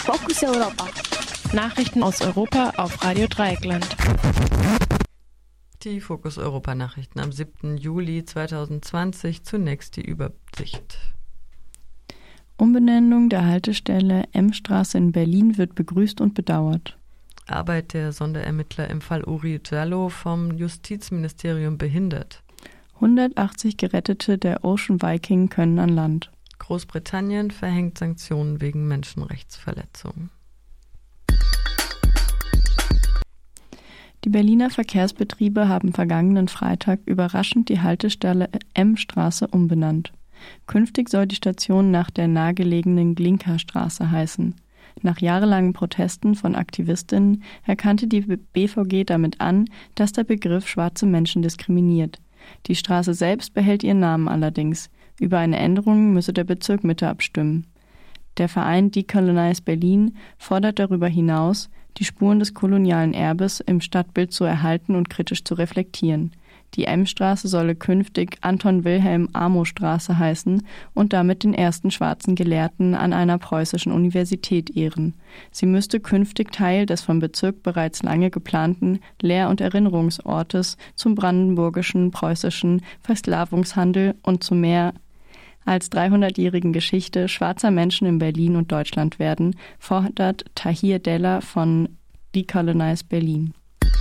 Fokus Europa. Nachrichten aus Europa auf Radio Dreieckland. Die Fokus Europa Nachrichten am 7. Juli 2020. Zunächst die Übersicht. Umbenennung der Haltestelle M-Straße in Berlin wird begrüßt und bedauert. Arbeit der Sonderermittler im Fall Uri Jallo vom Justizministerium behindert. 180 Gerettete der Ocean Viking können an Land. Großbritannien verhängt Sanktionen wegen Menschenrechtsverletzungen. Die Berliner Verkehrsbetriebe haben vergangenen Freitag überraschend die Haltestelle M-Straße umbenannt. Künftig soll die Station nach der nahegelegenen Glinka-Straße heißen. Nach jahrelangen Protesten von Aktivistinnen erkannte die BVG damit an, dass der Begriff schwarze Menschen diskriminiert. Die Straße selbst behält ihren Namen allerdings. Über eine Änderung müsse der Bezirk Mitte abstimmen. Der Verein Decolonize Berlin fordert darüber hinaus, die Spuren des kolonialen Erbes im Stadtbild zu erhalten und kritisch zu reflektieren. Die M-Straße solle künftig Anton-Wilhelm-Amo-Straße heißen und damit den ersten schwarzen Gelehrten an einer preußischen Universität ehren. Sie müsste künftig Teil des vom Bezirk bereits lange geplanten Lehr- und Erinnerungsortes zum brandenburgischen, preußischen Versklavungshandel und zu mehr als 300-jährigen Geschichte schwarzer Menschen in Berlin und Deutschland werden, fordert Tahir Della von Decolonize Berlin.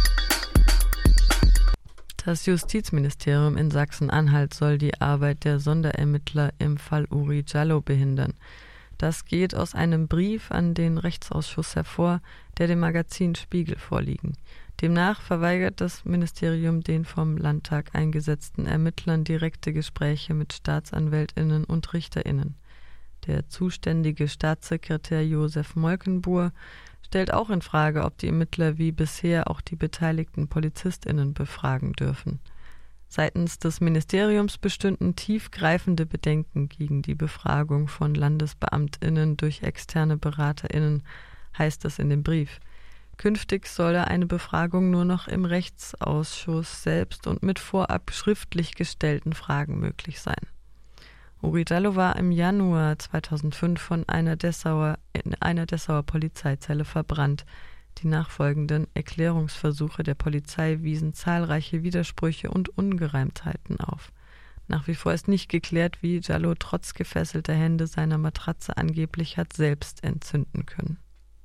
Das Justizministerium in Sachsen-Anhalt soll die Arbeit der Sonderermittler im Fall Uri Jallo behindern. Das geht aus einem Brief an den Rechtsausschuss hervor, der dem Magazin Spiegel vorliegen. Demnach verweigert das Ministerium den vom Landtag eingesetzten Ermittlern direkte Gespräche mit StaatsanwältInnen und RichterInnen. Der zuständige Staatssekretär Josef Molkenbuhr stellt auch in Frage, ob die Ermittler wie bisher auch die beteiligten PolizistInnen befragen dürfen. Seitens des Ministeriums bestünden tiefgreifende Bedenken gegen die Befragung von LandesbeamtInnen durch externe BeraterInnen, heißt es in dem Brief. Künftig solle eine Befragung nur noch im Rechtsausschuss selbst und mit vorab schriftlich gestellten Fragen möglich sein. Uri Jallo war im Januar 2005 in einer Dessauer Polizeizelle verbrannt. Die nachfolgenden Erklärungsversuche der Polizei wiesen zahlreiche Widersprüche und Ungereimtheiten auf. Nach wie vor ist nicht geklärt, wie Jallo trotz gefesselter Hände seiner Matratze angeblich hat selbst entzünden können.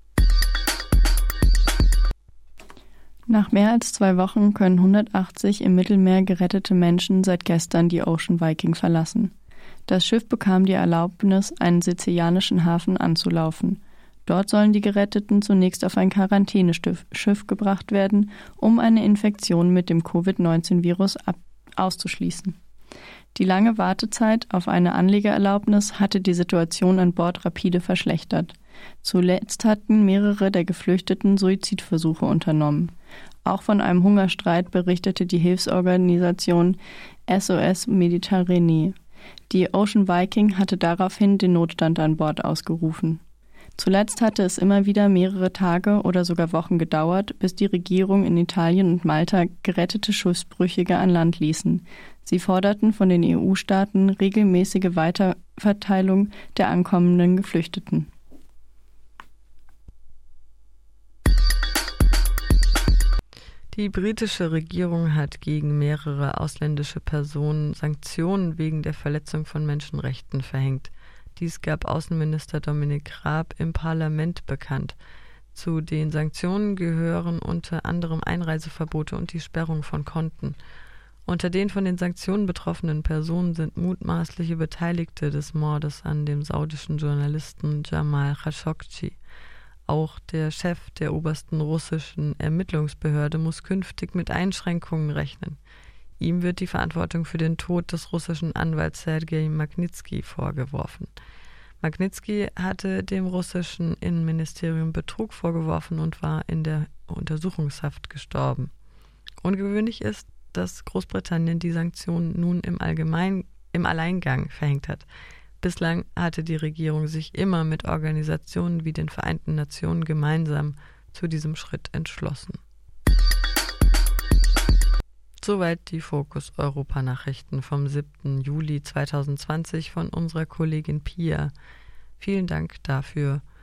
Nach mehr als 2 Wochen können 180 im Mittelmeer gerettete Menschen seit gestern die Ocean Viking verlassen. Das Schiff bekam die Erlaubnis, einen sizilianischen Hafen anzulaufen. Dort sollen die Geretteten zunächst auf ein Quarantäneschiff gebracht werden, um eine Infektion mit dem Covid-19-Virus auszuschließen. Die lange Wartezeit auf eine Anlegeerlaubnis hatte die Situation an Bord rapide verschlechtert. Zuletzt hatten mehrere der Geflüchteten Suizidversuche unternommen. Auch von einem Hungerstreik berichtete die Hilfsorganisation SOS Mediterranee. Die Ocean Viking hatte daraufhin den Notstand an Bord ausgerufen. Zuletzt hatte es immer wieder mehrere Tage oder sogar Wochen gedauert, bis die Regierung in Italien und Malta gerettete Schiffsbrüchige an Land ließen. Sie forderten von den EU-Staaten regelmäßige Weiterverteilung der ankommenden Geflüchteten. Die britische Regierung hat gegen mehrere ausländische Personen Sanktionen wegen der Verletzung von Menschenrechten verhängt. Dies gab Außenminister Dominic Raab im Parlament bekannt. Zu den Sanktionen gehören unter anderem Einreiseverbote und die Sperrung von Konten. Unter den von den Sanktionen betroffenen Personen sind mutmaßliche Beteiligte des Mordes an dem saudischen Journalisten Jamal Khashoggi. Auch der Chef der obersten russischen Ermittlungsbehörde muss künftig mit Einschränkungen rechnen. Ihm wird die Verantwortung für den Tod des russischen Anwalts Sergei Magnitsky vorgeworfen. Magnitsky hatte dem russischen Innenministerium Betrug vorgeworfen und war in der Untersuchungshaft gestorben. Ungewöhnlich ist, dass Großbritannien die Sanktionen nun im Alleingang verhängt hat. Bislang hatte die Regierung sich immer mit Organisationen wie den Vereinten Nationen gemeinsam zu diesem Schritt entschlossen. Soweit die Fokus Europa Nachrichten vom 7. Juli 2020 von unserer Kollegin Pia. Vielen Dank dafür